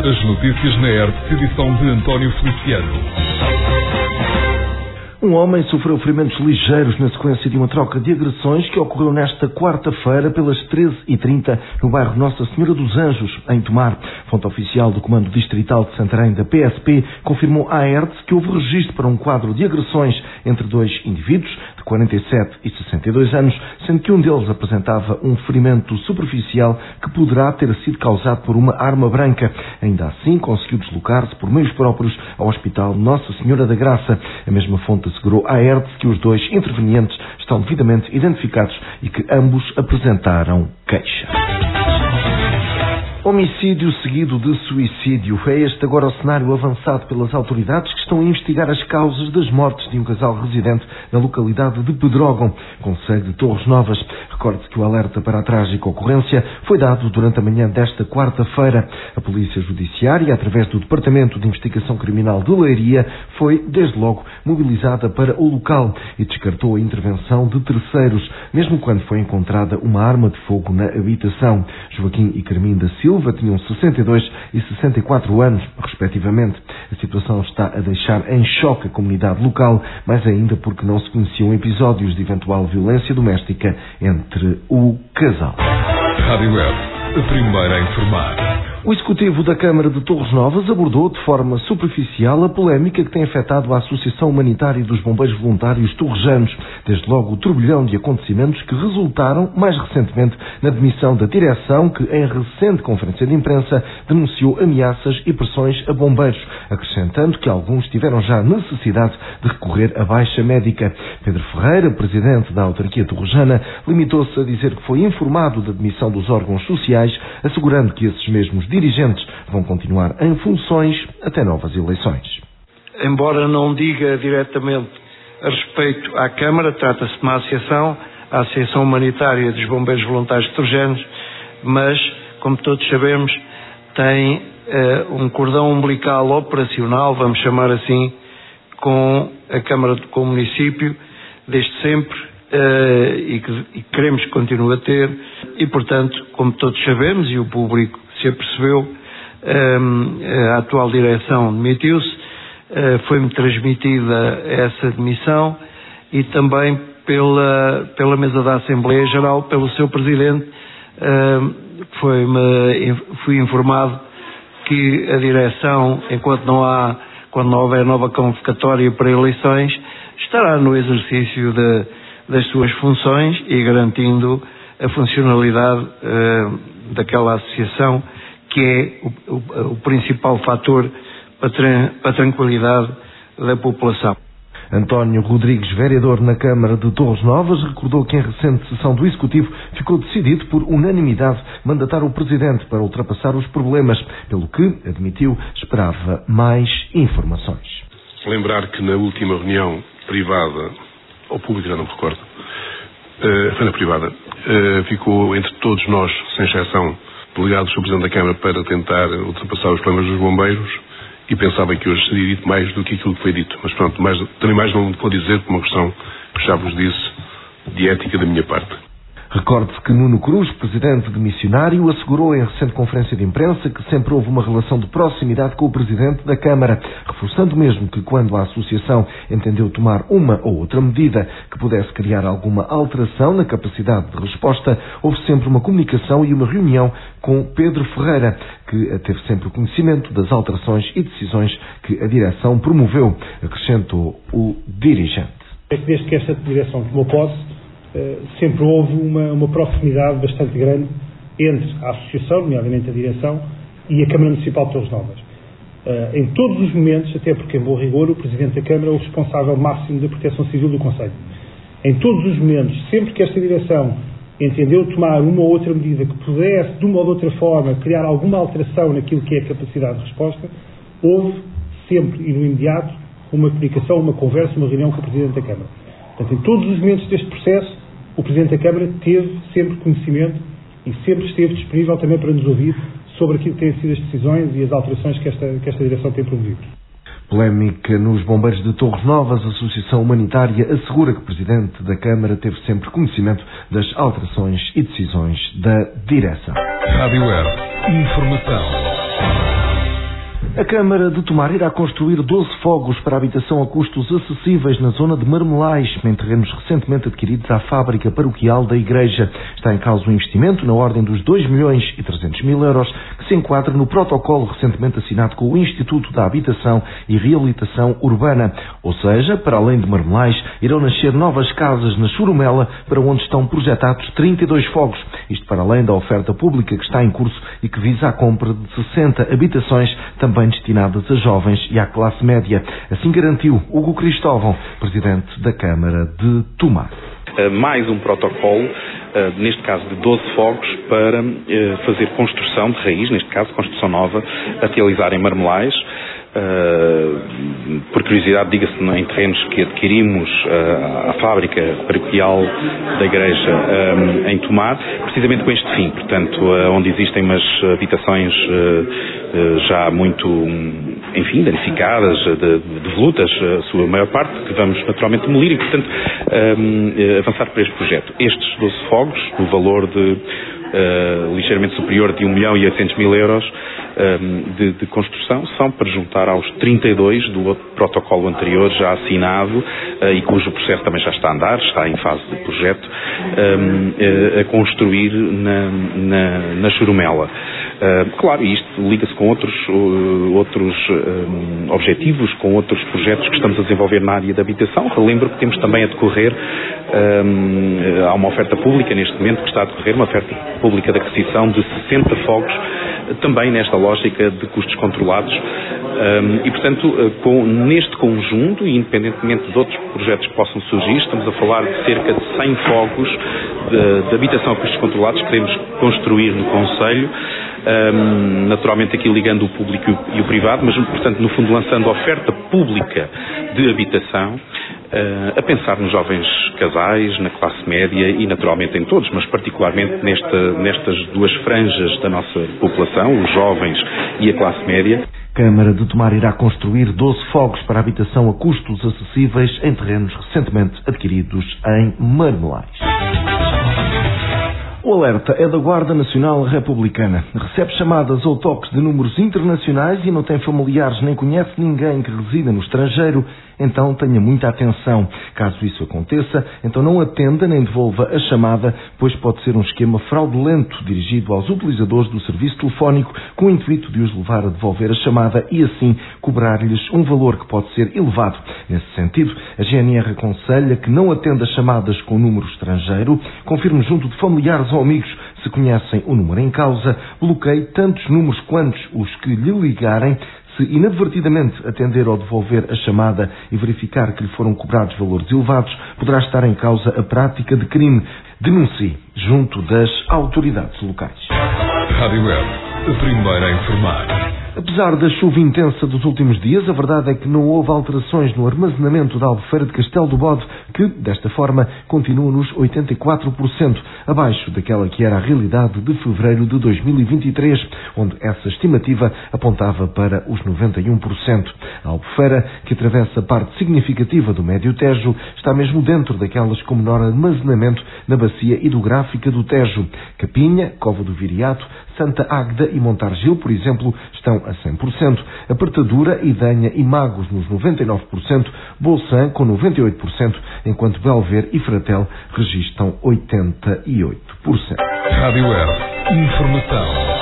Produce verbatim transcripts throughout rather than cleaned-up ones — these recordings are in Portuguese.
As notícias na R T, edição de António Feliciano. Um homem sofreu ferimentos ligeiros na sequência de uma troca de agressões que ocorreu nesta quarta-feira pelas treze e trinta no bairro Nossa Senhora dos Anjos, em Tomar. Fonte oficial do Comando Distrital de Santarém da P S P confirmou à R T que houve registro para um quadro de agressões entre dois indivíduos de quarenta e sete e sessenta e dois anos, sendo que um deles apresentava um ferimento superficial que poderá ter sido causado por uma arma branca. Ainda assim, conseguiu deslocar-se por meios próprios ao Hospital Nossa Senhora da Graça. A mesma fonte assegurou à R T que os dois intervenientes estão devidamente identificados e que ambos apresentaram queixa. Homicídio seguido de suicídio. É este agora o cenário avançado pelas autoridades que estão a investigar as causas das mortes de um casal residente na localidade de Pedrógão, concelho de Torres Novas. Recorde-se que o alerta para a trágica ocorrência foi dado durante a manhã desta quarta-feira. A Polícia Judiciária, através do Departamento de Investigação Criminal de Leiria, foi, desde logo, mobilizada para o local e descartou a intervenção de terceiros, mesmo quando foi encontrada uma arma de fogo na habitação. Joaquim e Carmim da Silva tinham sessenta e dois e sessenta e quatro anos, respectivamente. A situação está a deixar em choque a comunidade local, mais ainda porque não se conheciam episódios de eventual violência doméstica entre o casal. Rádio Web, a primeira a informar. O Executivo da Câmara de Torres Novas abordou de forma superficial a polémica que tem afetado a Associação Humanitária dos Bombeiros Voluntários Torrejanos, desde logo o turbilhão de acontecimentos que resultaram, mais recentemente, na demissão da direção que, em recente conferência de imprensa, denunciou ameaças e pressões a bombeiros, acrescentando que alguns tiveram já necessidade de recorrer à baixa médica. Pedro Ferreira, presidente da autarquia torrejana, limitou-se a dizer que foi informado da demissão dos órgãos sociais, assegurando que esses mesmos dirigentes vão continuar em funções até novas eleições. Embora não diga diretamente a respeito à Câmara, trata-se de uma associação, a Associação Humanitária dos Bombeiros Voluntários Torrejanos, mas, como todos sabemos, tem uh, um cordão umbilical operacional, vamos chamar assim, com a Câmara, com o município, desde sempre, uh, e, que, e queremos que continue a ter, e, portanto, como todos sabemos, e o público se apercebeu, a atual direção demitiu-se, foi-me transmitida essa demissão e também pela, pela mesa da Assembleia Geral, pelo seu Presidente, foi-me, fui informado que a direção, enquanto não há, quando não houver nova convocatória para eleições, estará no exercício de, das suas funções e garantindo a funcionalidade uh, daquela associação, que é o, o, o principal fator para, tra para a tranquilidade da população. António Rodrigues, vereador na Câmara de Torres Novas, recordou que em recente sessão do Executivo ficou decidido por unanimidade mandatar o Presidente para ultrapassar os problemas, pelo que, admitiu, esperava mais informações. Lembrar que na última reunião privada, ou pública, já não me recordo, Uh, foi na privada, uh, ficou entre todos nós, sem exceção, delegados do Presidente da Câmara para tentar ultrapassar os problemas dos bombeiros e pensava que hoje seria dito mais do que aquilo que foi dito. Mas pronto, mais, também mais não vou dizer por uma questão que já vos disse de ética da minha parte. Recorde-se que Nuno Cruz, presidente de Missionário, assegurou em recente conferência de imprensa que sempre houve uma relação de proximidade com o presidente da Câmara, reforçando mesmo que quando a associação entendeu tomar uma ou outra medida que pudesse criar alguma alteração na capacidade de resposta, houve sempre uma comunicação e uma reunião com Pedro Ferreira, que teve sempre o conhecimento das alterações e decisões que a direção promoveu, acrescentou o dirigente. Desde que esta direção tomou posse, sempre houve uma, uma proximidade bastante grande entre a associação, nomeadamente a direção, e a Câmara Municipal de Torres Novas. Uh, em todos os momentos, até porque em bom rigor, o Presidente da Câmara é o responsável máximo da Proteção Civil do Concelho. Em todos os momentos, sempre que esta direção entendeu tomar uma ou outra medida que pudesse, de uma ou de outra forma, criar alguma alteração naquilo que é a capacidade de resposta, houve sempre e no imediato uma comunicação, uma conversa, uma reunião com o Presidente da Câmara. Portanto, em todos os momentos deste processo, o Presidente da Câmara teve sempre conhecimento e sempre esteve disponível também para nos ouvir sobre aquilo que têm sido as decisões e as alterações que esta, que esta direção tem promovido. Polémica nos Bombeiros de Torres Novas. A Associação Humanitária assegura que o Presidente da Câmara teve sempre conhecimento das alterações e decisões da direção. Rádio Web. Informação. A Câmara de Tomar irá construir doze fogos para habitação a custos acessíveis na zona de Marmelais, em terrenos recentemente adquiridos à fábrica paroquial da Igreja. Está em causa um investimento na ordem dos dois milhões e trezentos mil euros, que se enquadra no protocolo recentemente assinado com o Instituto da Habitação e Reabilitação Urbana. Ou seja, para além de Marmelais, irão nascer novas casas na Churumela, para onde estão projetados trinta e dois fogos. Isto para além da oferta pública que está em curso e que visa a compra de sessenta habitações, também destinadas a jovens e à classe média. Assim garantiu Hugo Cristóvão, presidente da Câmara de Tomar. Mais um protocolo, neste caso de doze fogos, para fazer construção de raiz, neste caso construção nova, a realizar em Marmelais. Uh, por curiosidade, diga-se, em terrenos que adquirimos uh, à fábrica paroquial da Igreja um, em Tomar, precisamente com este fim, portanto, uh, onde existem umas habitações uh, uh, já muito, enfim, danificadas, de, de volutas, a sua maior parte, que vamos naturalmente demolir e, portanto, um, uh, avançar para este projeto. Estes doze fogos, no valor de uh, ligeiramente superior de um milhão e oitocentos mil euros, De, de construção, são para juntar aos trinta e dois do outro protocolo anterior já assinado uh, e cujo processo também já está a andar, está em fase de projeto, um, uh, a construir na, na, na Churumela. Uh, claro, isto liga-se com outros, uh, outros um, objetivos, com outros projetos que estamos a desenvolver na área da habitação. Relembro que temos também a decorrer, um, há uma oferta pública neste momento que está a decorrer, uma oferta pública de aquisição de sessenta fogos, também nesta lógica de custos controlados, um, e portanto com, neste conjunto, e independentemente de outros projetos que possam surgir, estamos a falar de cerca de cem fogos de, de habitação a custos controlados que queremos construir no Concelho, um, naturalmente aqui ligando o público e o privado, mas portanto no fundo lançando oferta pública de habitação, Uh, a pensar nos jovens casais, na classe média e naturalmente em todos, mas particularmente nesta, nestas duas franjas da nossa população, os jovens e a classe média. Câmara de Tomar irá construir doze fogos para habitação a custos acessíveis em terrenos recentemente adquiridos em Marmelais. O alerta é da Guarda Nacional Republicana. Recebe chamadas ou toques de números internacionais e não tem familiares nem conhece ninguém que resida no estrangeiro, então tenha muita atenção. Caso isso aconteça, então não atenda nem devolva a chamada, pois pode ser um esquema fraudulento dirigido aos utilizadores do serviço telefónico com o intuito de os levar a devolver a chamada e assim cobrar-lhes um valor que pode ser elevado. Nesse sentido, a G N R aconselha que não atenda chamadas com número estrangeiro, confirme junto de familiares ou amigos se conhecem o número em causa, bloqueie tantos números quantos os que lhe ligarem. Se inadvertidamente atender ou devolver a chamada e verificar que lhe foram cobrados valores elevados, poderá estar em causa a prática de crime. Denuncie junto das autoridades locais. Rádio Web, a primeira a informar. Apesar da chuva intensa dos últimos dias, a verdade é que não houve alterações no armazenamento da Albufeira de Castelo do Bode, que, desta forma, continua nos oitenta e quatro por cento, abaixo daquela que era a realidade de fevereiro de dois mil e vinte e três, onde essa estimativa apontava para os noventa e um por cento. A Albufeira, que atravessa parte significativa do Médio Tejo, está mesmo dentro daquelas com menor armazenamento na bacia hidrográfica do Tejo. Capinha, Cova do Viriato, Santa Águeda e Montargil, por exemplo, estão a cem por cento, Apertadura, Idanha e Magos nos noventa e nove por cento, Bolsã com noventa e oito por cento, enquanto Belver e Fratel registram oitenta e oito por cento. Rádio Web, informação.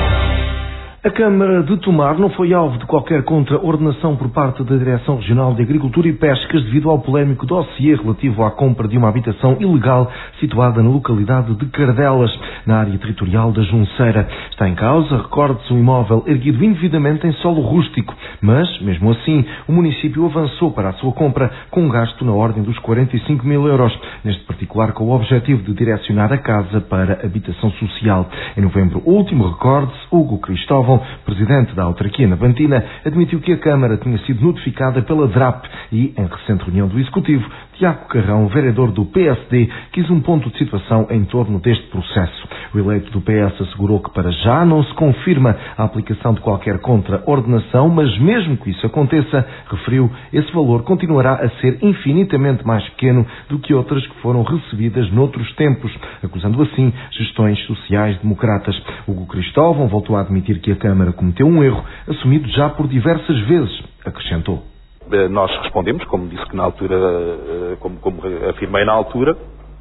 A Câmara de Tomar não foi alvo de qualquer contraordenação por parte da Direção Regional de Agricultura e Pescas devido ao polémico dossiê relativo à compra de uma habitação ilegal situada na localidade de Cardelas, na área territorial da Junceira. Está em causa, recorde-se, um imóvel erguido indevidamente em solo rústico, mas, mesmo assim, o município avançou para a sua compra com um gasto na ordem dos quarenta e cinco mil euros, neste particular com o objetivo de direcionar a casa para habitação social. Em novembro último, recorde-se, Hugo Cristóvão, presidente da autarquia navantina, admitiu que a Câmara tinha sido notificada pela D R A P e, em recente reunião do Executivo, Tiago Carrão, vereador do P S D, quis um ponto de situação em torno deste processo. O eleito do P S assegurou que para já não se confirma a aplicação de qualquer contraordenação, mas mesmo que isso aconteça, referiu, esse valor continuará a ser infinitamente mais pequeno do que outras que foram recebidas noutros tempos, acusando assim gestões sociais-democratas. Hugo Cristóvão voltou a admitir que a Câmara cometeu um erro, assumido já por diversas vezes, acrescentou. Nós respondemos, como disse que na altura, como, como afirmei na altura,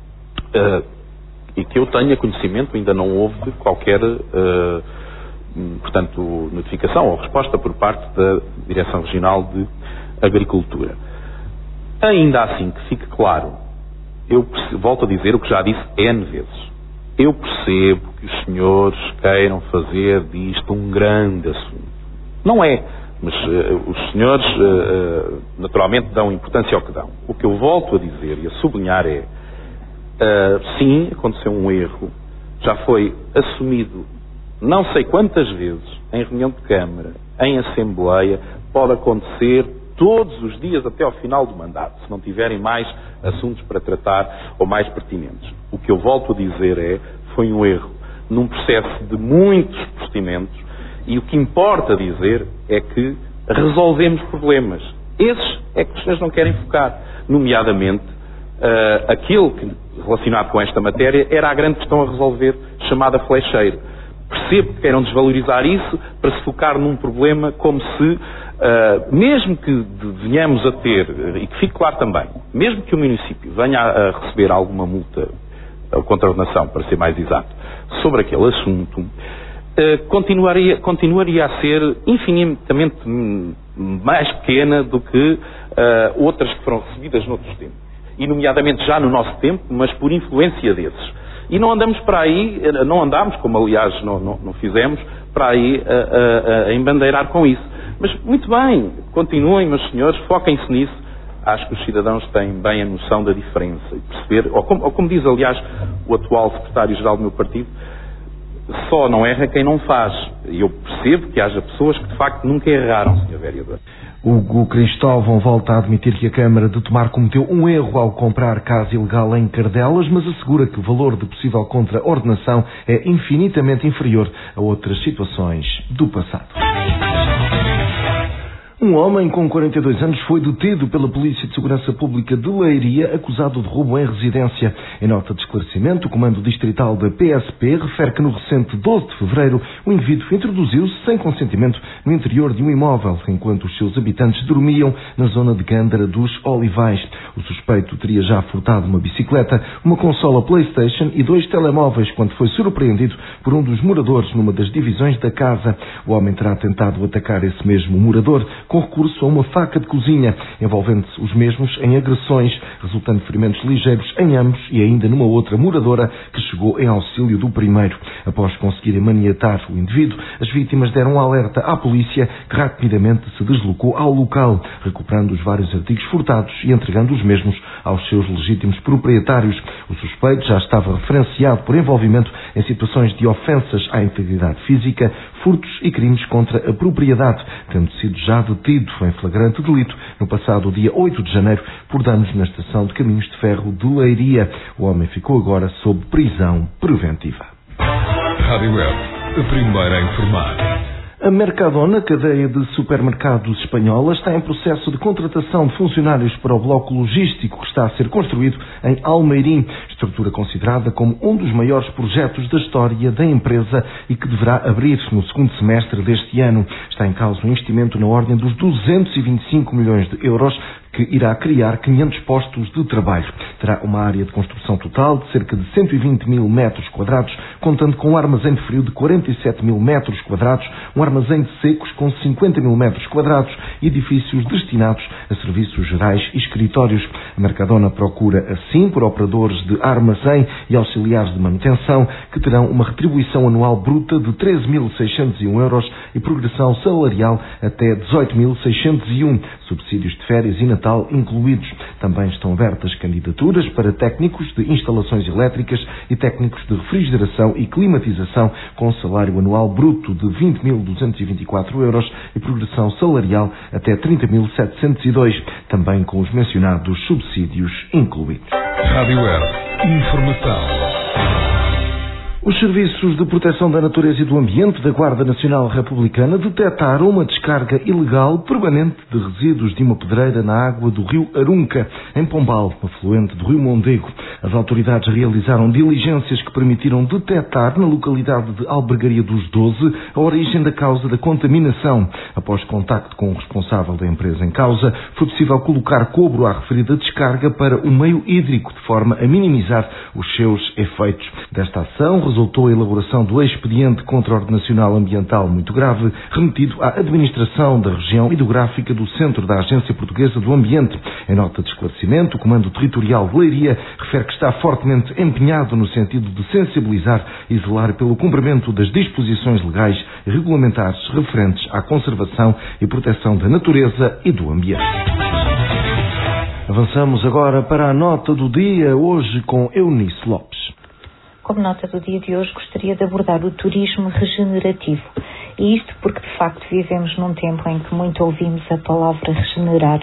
e que eu tenha conhecimento, ainda não houve qualquer, portanto, notificação ou resposta por parte da Direção Regional de Agricultura. Ainda assim, que fique claro, eu volto a dizer o que já disse N vezes. Eu percebo que os senhores queiram fazer disto um grande assunto. Não é. Mas uh, os senhores, uh, naturalmente, dão importância ao que dão. O que eu volto a dizer e a sublinhar é, uh, sim, aconteceu um erro, já foi assumido não sei quantas vezes, em reunião de Câmara, em Assembleia, pode acontecer todos os dias até ao final do mandato, se não tiverem mais assuntos para tratar ou mais pertinentes. O que eu volto a dizer é, foi um erro num processo de muitos procedimentos. E o que importa dizer é que resolvemos problemas. Esses é que os senhores não querem focar. Nomeadamente, uh, aquilo que, relacionado com esta matéria, era a grande questão a resolver, chamada flecheiro. Percebo que queiram desvalorizar isso para se focar num problema como se, uh, mesmo que venhamos a ter, e que fique claro também, mesmo que o município venha a, a receber alguma multa, ou contraordenação, para ser mais exato, sobre aquele assunto, Uh, continuaria, continuaria a ser infinitamente mais pequena do que uh, outras que foram recebidas noutros tempos. E nomeadamente já no nosso tempo, mas por influência desses. E não andamos para aí, não andámos, como aliás não, não, não fizemos, para aí a, a, a embandeirar com isso. Mas muito bem, continuem, meus senhores, foquem-se nisso. Acho que os cidadãos têm bem a noção da diferença e perceber, ou como, ou como diz aliás o atual secretário-geral do meu partido, só não erra quem não faz. E eu percebo que haja pessoas que de facto nunca erraram, senhor Vereador. Hugo Cristóvão volta a admitir que a Câmara de Tomar cometeu um erro ao comprar casa ilegal em Cardelas, mas assegura que o valor de possível contraordenação é infinitamente inferior a outras situações do passado. Um homem com quarenta e dois anos foi detido pela Polícia de Segurança Pública de Leiria, acusado de roubo em residência. Em nota de esclarecimento, o Comando Distrital da P S P refere que no recente doze de fevereiro, o indivíduo introduziu-se sem consentimento no interior de um imóvel, enquanto os seus habitantes dormiam na zona de Gândara dos Olivais. O suspeito teria já furtado uma bicicleta, uma consola PlayStation e dois telemóveis quando foi surpreendido por um dos moradores numa das divisões da casa. O homem terá tentado atacar esse mesmo morador com recurso a uma faca de cozinha, envolvendo-se os mesmos em agressões, resultando ferimentos ligeiros em ambos e ainda numa outra moradora que chegou em auxílio do primeiro. Após conseguirem maniatar o indivíduo, as vítimas deram um alerta à polícia, que rapidamente se deslocou ao local, recuperando os vários artigos furtados e entregando os mesmos aos seus legítimos proprietários. O suspeito já estava referenciado por envolvimento em situações de ofensas à integridade física, furtos e crimes contra a propriedade, tendo sido já detido em flagrante delito no passado dia oito de janeiro por danos na estação de caminhos de ferro de Leiria. O homem ficou agora sob prisão preventiva. Rádio Web, a primeira a informar. A Mercadona, cadeia de supermercados espanhola, está em processo de contratação de funcionários para o bloco logístico que está a ser construído em Almeirim, estrutura considerada como um dos maiores projetos da história da empresa e que deverá abrir no segundo semestre deste ano. Está em causa um investimento na ordem dos duzentos e vinte e cinco milhões de euros, que irá criar quinhentos postos de trabalho. Terá uma área de construção total de cerca de cento e vinte mil metros quadrados, contando com um armazém de frio de quarenta e sete mil metros quadrados, um armazém de secos com cinquenta mil metros quadrados e edifícios destinados a serviços gerais e escritórios. A Mercadona procura, assim, por operadores de armazém e auxiliares de manutenção, que terão uma retribuição anual bruta de treze mil seiscentos e um euros e progressão salarial até dezoito mil seiscentos e um, subsídios de férias e Natal incluídos. Também estão abertas candidaturas para técnicos de instalações elétricas e técnicos de refrigeração e climatização com salário anual bruto de vinte mil duzentos e vinte e quatro euros e progressão salarial até trinta mil setecentos e dois, também com os mencionados subsídios incluídos. Rádio Web, informação. Os serviços de proteção da natureza e do ambiente da Guarda Nacional Republicana detetaram uma descarga ilegal permanente de resíduos de uma pedreira na água do rio Arunca, em Pombal, afluente do rio Mondego. As autoridades realizaram diligências que permitiram detectar na localidade de Albergaria dos Doze a origem da causa da contaminação. Após contacto com o responsável da empresa em causa, foi possível colocar cobro à referida descarga para o meio hídrico, de forma a minimizar os seus efeitos. Desta ação, resultou a elaboração do expediente contra a ordenacional ambiental muito grave, remetido à administração da região hidrográfica do centro da Agência Portuguesa do Ambiente. Em nota de esclarecimento, o Comando Territorial de Leiria refere que está fortemente empenhado no sentido de sensibilizar e zelar pelo cumprimento das disposições legais e regulamentares referentes à conservação e proteção da natureza e do ambiente. Avançamos agora para a nota do dia, hoje com Eunice Lopes. Como nota do dia de hoje, gostaria de abordar o turismo regenerativo. E isto porque, de facto, vivemos num tempo em que muito ouvimos a palavra regenerar.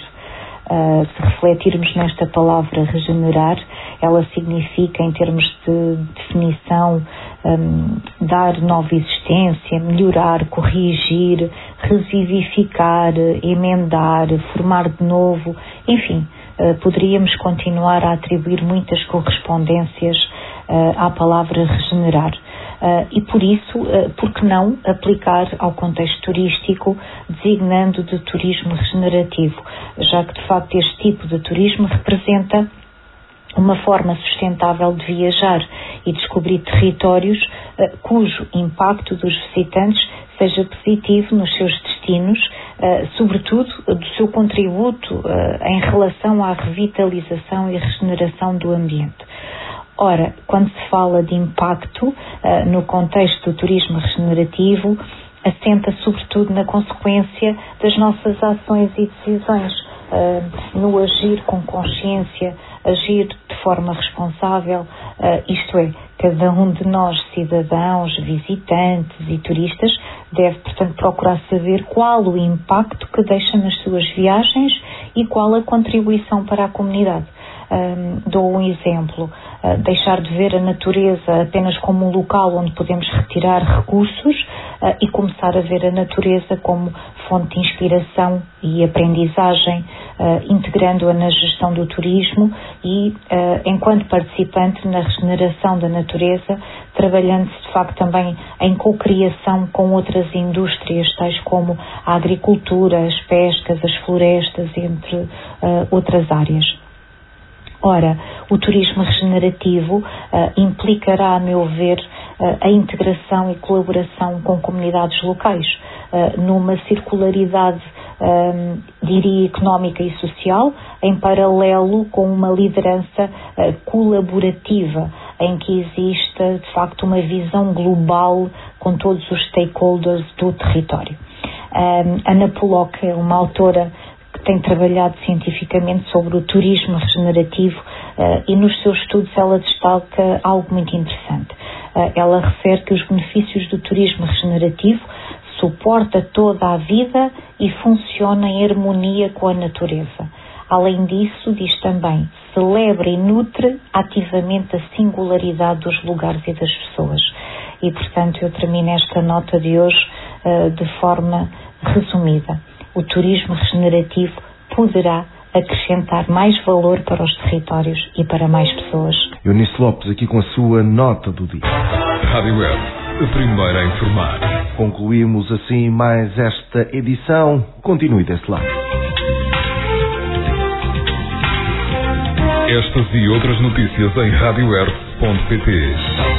Uh, se refletirmos nesta palavra regenerar, ela significa, em termos de definição, um, dar nova existência, melhorar, corrigir, revivificar, emendar, formar de novo, enfim, uh, poderíamos continuar a atribuir muitas correspondências uh, à palavra regenerar. Uh, e por isso, uh, por que não aplicar ao contexto turístico, designando de turismo regenerativo, já que de facto este tipo de turismo representa uma forma sustentável de viajar e descobrir territórios uh, cujo impacto dos visitantes seja positivo nos seus destinos, uh, sobretudo do seu contributo uh, em relação à revitalização e regeneração do ambiente. Ora, quando se fala de impacto uh, no contexto do turismo regenerativo, assenta sobretudo na consequência das nossas ações e decisões, uh, no agir com consciência, agir de forma responsável, uh, isto é, cada um de nós, cidadãos, visitantes e turistas, deve, portanto, procurar saber qual o impacto que deixa nas suas viagens e qual a contribuição para a comunidade. Um, dou um exemplo, uh, deixar de ver a natureza apenas como um local onde podemos retirar recursos uh, e começar a ver a natureza como fonte de inspiração e aprendizagem, uh, integrando-a na gestão do turismo e, uh, enquanto participante na regeneração da natureza, trabalhando-se de facto também em cocriação com outras indústrias, tais como a agricultura, as pescas, as florestas, entre uh, outras áreas. Ora, o turismo regenerativo uh, implicará, a meu ver, uh, a integração e colaboração com comunidades locais, uh, numa circularidade, um, diria, económica e social, em paralelo com uma liderança uh, colaborativa, em que exista, de facto, uma visão global com todos os stakeholders do território. Um, Ana Pollock é uma autora que tem trabalhado cientificamente sobre o turismo regenerativo uh, e nos seus estudos ela destaca algo muito interessante. Uh, ela refere que os benefícios do turismo regenerativo suporta toda a vida e funciona em harmonia com a natureza. Além disso, diz também, celebra e nutre ativamente a singularidade dos lugares e das pessoas. E, portanto, eu termino esta nota de hoje uh, de forma resumida. O turismo regenerativo poderá acrescentar mais valor para os territórios e para mais pessoas. Eunice Lopes, aqui com a sua nota do dia. Rádio Web, a primeira a informar. Concluímos assim mais esta edição. Continue desse lado. Estas e outras notícias em rádio web ponto pt.